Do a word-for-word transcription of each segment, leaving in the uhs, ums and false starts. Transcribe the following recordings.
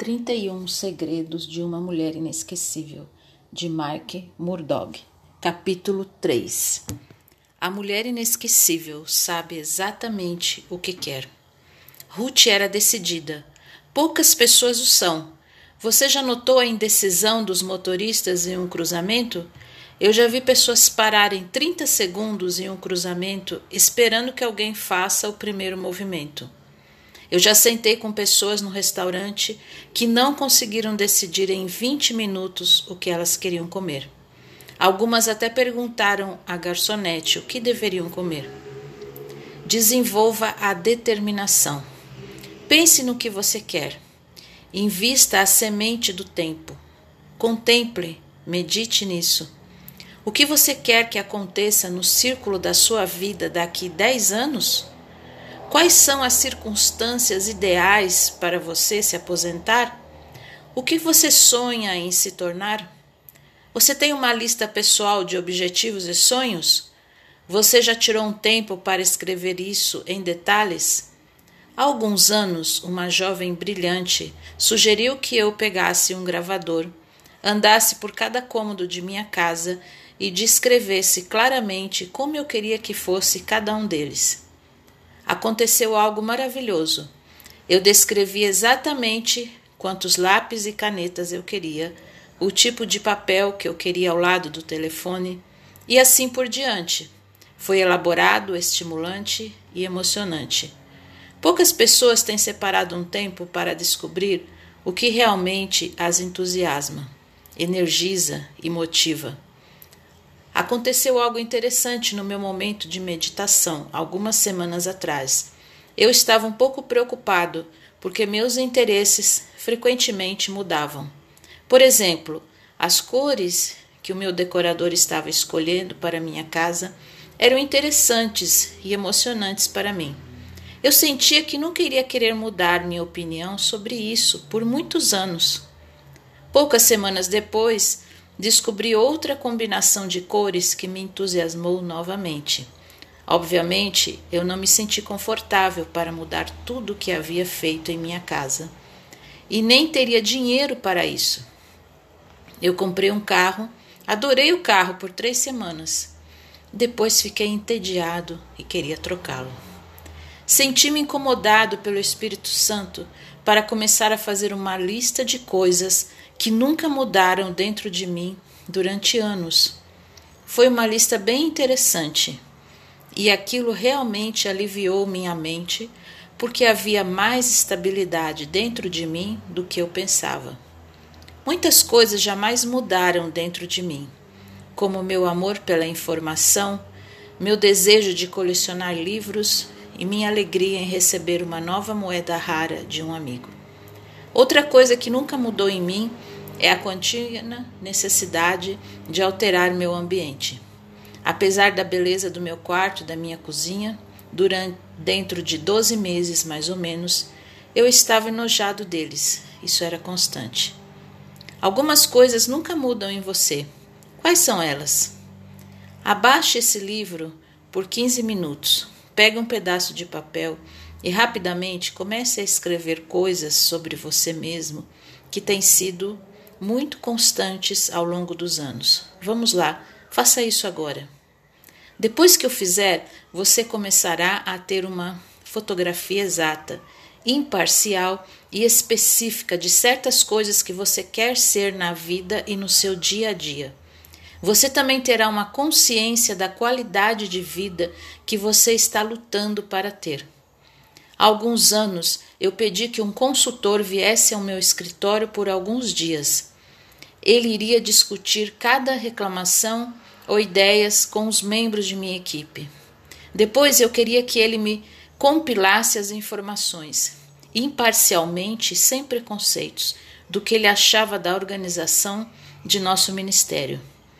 trinta e um Segredos de uma Mulher Inesquecível, de Mark Murdock. Capítulo três. A mulher inesquecível sabe exatamente o que quer. Ruth era decidida. Poucas pessoas o são. Você já notou a indecisão dos motoristas em um cruzamento? Eu já vi pessoas pararem trinta segundos em um cruzamento esperando que alguém faça o primeiro movimento. Eu já sentei com pessoas no restaurante que não conseguiram decidir em vinte minutos o que elas queriam comer. Algumas até perguntaram à garçonete o que deveriam comer. Desenvolva a determinação. Pense no que você quer. Invista a semente do tempo. Contemple, medite nisso. O que você quer que aconteça no círculo da sua vida daqui dez anos? Quais são as circunstâncias ideais para você se aposentar? O que você sonha em se tornar? Você tem uma lista pessoal de objetivos e sonhos? Você já tirou um tempo para escrever isso em detalhes? Há alguns anos, uma jovem brilhante sugeriu que eu pegasse um gravador, andasse por cada cômodo de minha casa e descrevesse claramente como eu queria que fosse cada um deles. Aconteceu algo maravilhoso. Eu descrevi exatamente quantos lápis e canetas eu queria, o tipo de papel que eu queria ao lado do telefone e assim por diante. Foi elaborado, estimulante e emocionante. Poucas pessoas têm separado um tempo para descobrir o que realmente as entusiasma, energiza e motiva. Aconteceu algo interessante no meu momento de meditação, algumas semanas atrás. Eu estava um pouco preocupado, porque meus interesses frequentemente mudavam. Por exemplo, as cores que o meu decorador estava escolhendo para minha casa eram interessantes e emocionantes para mim. Eu sentia que nunca iria querer mudar minha opinião sobre isso por muitos anos. Poucas semanas depois, descobri outra combinação de cores que me entusiasmou novamente. Obviamente, eu não me senti confortável para mudar tudo o que havia feito em minha casa. E nem teria dinheiro para isso. Eu comprei um carro, adorei o carro por três semanas. Depois fiquei entediado e queria trocá-lo. Senti-me incomodado pelo Espírito Santo para começar a fazer uma lista de coisas que nunca mudaram dentro de mim durante anos. Foi uma lista bem interessante e aquilo realmente aliviou minha mente porque havia mais estabilidade dentro de mim do que eu pensava. Muitas coisas jamais mudaram dentro de mim, como meu amor pela informação, meu desejo de colecionar livros e minha alegria em receber uma nova moeda rara de um amigo. Outra coisa que nunca mudou em mim é a contínua necessidade de alterar meu ambiente. Apesar da beleza do meu quarto e da minha cozinha, durante, dentro de doze meses mais ou menos, eu estava enojado deles. Isso era constante. Algumas coisas nunca mudam em você. Quais são elas? Abaixe esse livro por quinze minutos. Pegue um pedaço de papel e rapidamente comece a escrever coisas sobre você mesmo que têm sido muito constantes ao longo dos anos. Vamos lá, faça isso agora. Depois que eu fizer, você começará a ter uma fotografia exata, imparcial e específica de certas coisas que você quer ser na vida e no seu dia a dia. Você também terá uma consciência da qualidade de vida que você está lutando para ter. Há alguns anos, eu pedi que um consultor viesse ao meu escritório por alguns dias. Ele iria discutir cada reclamação ou ideias com os membros de minha equipe. Depois eu queria que ele me compilasse as informações, imparcialmente e sem preconceitos, do que ele achava da organização de nosso ministério.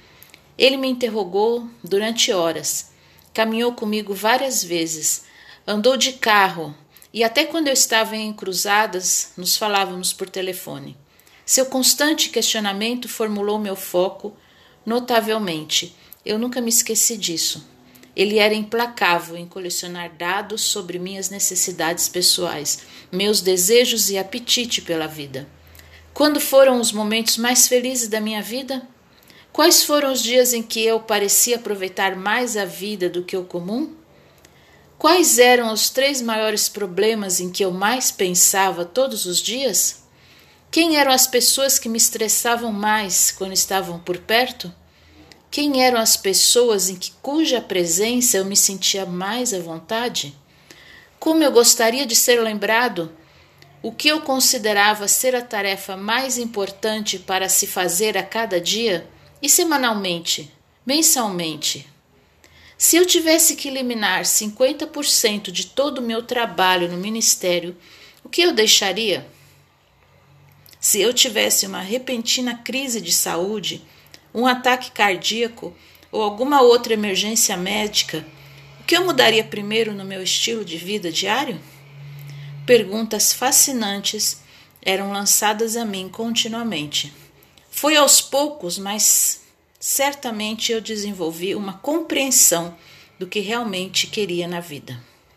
Ele me interrogou durante horas, caminhou comigo várias vezes, andou de carro e até quando eu estava em cruzadas nos falávamos por telefone. Seu constante questionamento formulou meu foco notavelmente. Eu nunca me esqueci disso. Ele era implacável em colecionar dados sobre minhas necessidades pessoais, meus desejos e apetite pela vida. Quando foram os momentos mais felizes da minha vida? Quais foram os dias em que eu parecia aproveitar mais a vida do que o comum? Quais eram os três maiores problemas em que eu mais pensava todos os dias? Quem eram as pessoas que me estressavam mais quando estavam por perto? Quem eram as pessoas em que, cuja presença eu me sentia mais à vontade? Como eu gostaria de ser lembrado? O que eu considerava ser a tarefa mais importante para se fazer a cada dia e semanalmente, mensalmente? Se eu tivesse que eliminar cinquenta por cento de todo o meu trabalho no ministério, o que eu deixaria? Se eu tivesse uma repentina crise de saúde, um ataque cardíaco ou alguma outra emergência médica, o que eu mudaria primeiro no meu estilo de vida diário? Perguntas fascinantes eram lançadas a mim continuamente. Foi aos poucos, mas certamente eu desenvolvi uma compreensão do que realmente queria na vida.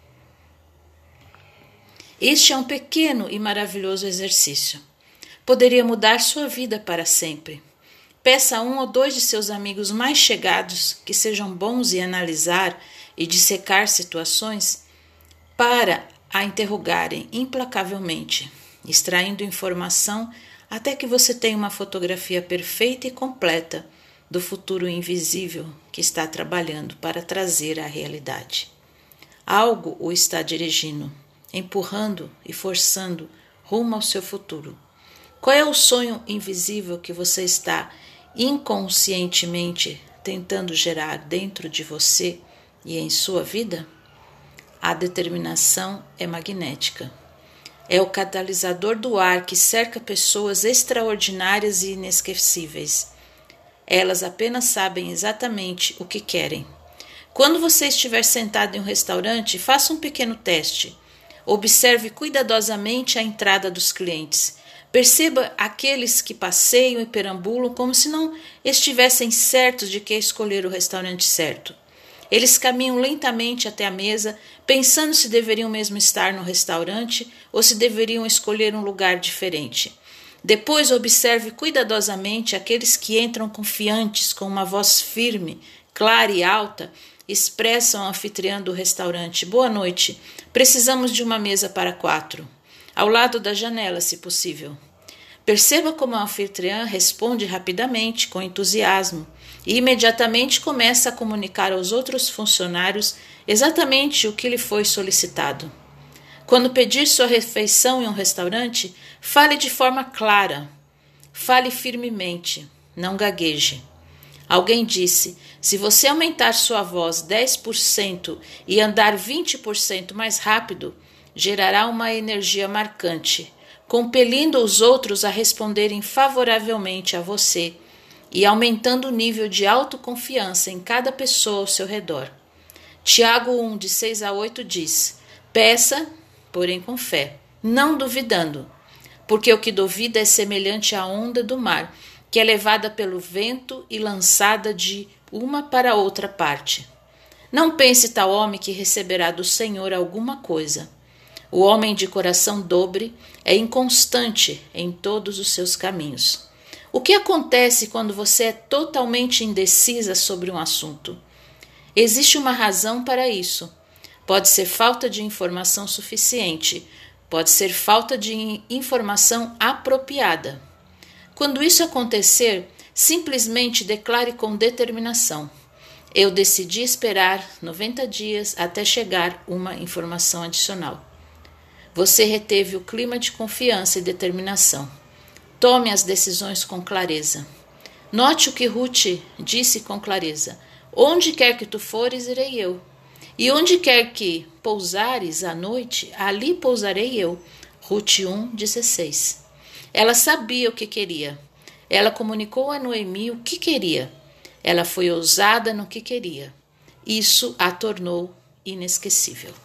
Este é um pequeno e maravilhoso exercício. Poderia mudar sua vida para sempre. Peça a um ou dois de seus amigos mais chegados que sejam bons em analisar e dissecar situações para a interrogarem implacavelmente, extraindo informação até que você tenha uma fotografia perfeita e completa do futuro invisível que está trabalhando para trazer à realidade. Algo o está dirigindo, empurrando e forçando rumo ao seu futuro. Qual é o sonho invisível que você está inconscientemente tentando gerar dentro de você e em sua vida? A determinação é magnética. É o catalisador do ar que cerca pessoas extraordinárias e inesquecíveis. Elas apenas sabem exatamente o que querem. Quando você estiver sentado em um restaurante, faça um pequeno teste. Observe cuidadosamente a entrada dos clientes. Perceba aqueles que passeiam e perambulam como se não estivessem certos de que escolher o restaurante certo. Eles caminham lentamente até a mesa, pensando se deveriam mesmo estar no restaurante ou se deveriam escolher um lugar diferente. Depois observe cuidadosamente aqueles que entram confiantes, com uma voz firme, clara e alta, expressam ao anfitrião do restaurante: boa noite, precisamos de uma mesa para quatro. Ao lado da janela, se possível. Perceba como a anfitriã responde rapidamente, com entusiasmo, e imediatamente começa a comunicar aos outros funcionários exatamente o que lhe foi solicitado. Quando pedir sua refeição em um restaurante, fale de forma clara, fale firmemente, não gagueje. Alguém disse: se você aumentar sua voz dez por cento e andar vinte por cento mais rápido, gerará uma energia marcante, compelindo os outros a responderem favoravelmente a você e aumentando o nível de autoconfiança em cada pessoa ao seu redor. Tiago um, de seis a oito diz: peça, porém com fé, não duvidando, porque o que duvida é semelhante à onda do mar, que é levada pelo vento e lançada de uma para outra parte. Não pense tal homem que receberá do Senhor alguma coisa. O homem de coração dobre é inconstante em todos os seus caminhos. O que acontece quando você é totalmente indecisa sobre um assunto? Existe uma razão para isso. Pode ser falta de informação suficiente, pode ser falta de informação apropriada. Quando isso acontecer, simplesmente declare com determinação: eu decidi esperar noventa dias até chegar uma informação adicional. Você reteve o clima de confiança e determinação. Tome as decisões com clareza. Note o que Ruth disse com clareza: onde quer que tu fores, irei eu. E onde quer que pousares à noite, ali pousarei eu. Ruth um, dezesseis. Ela sabia o que queria. Ela comunicou a Noemi o que queria. Ela foi ousada no que queria. Isso a tornou inesquecível.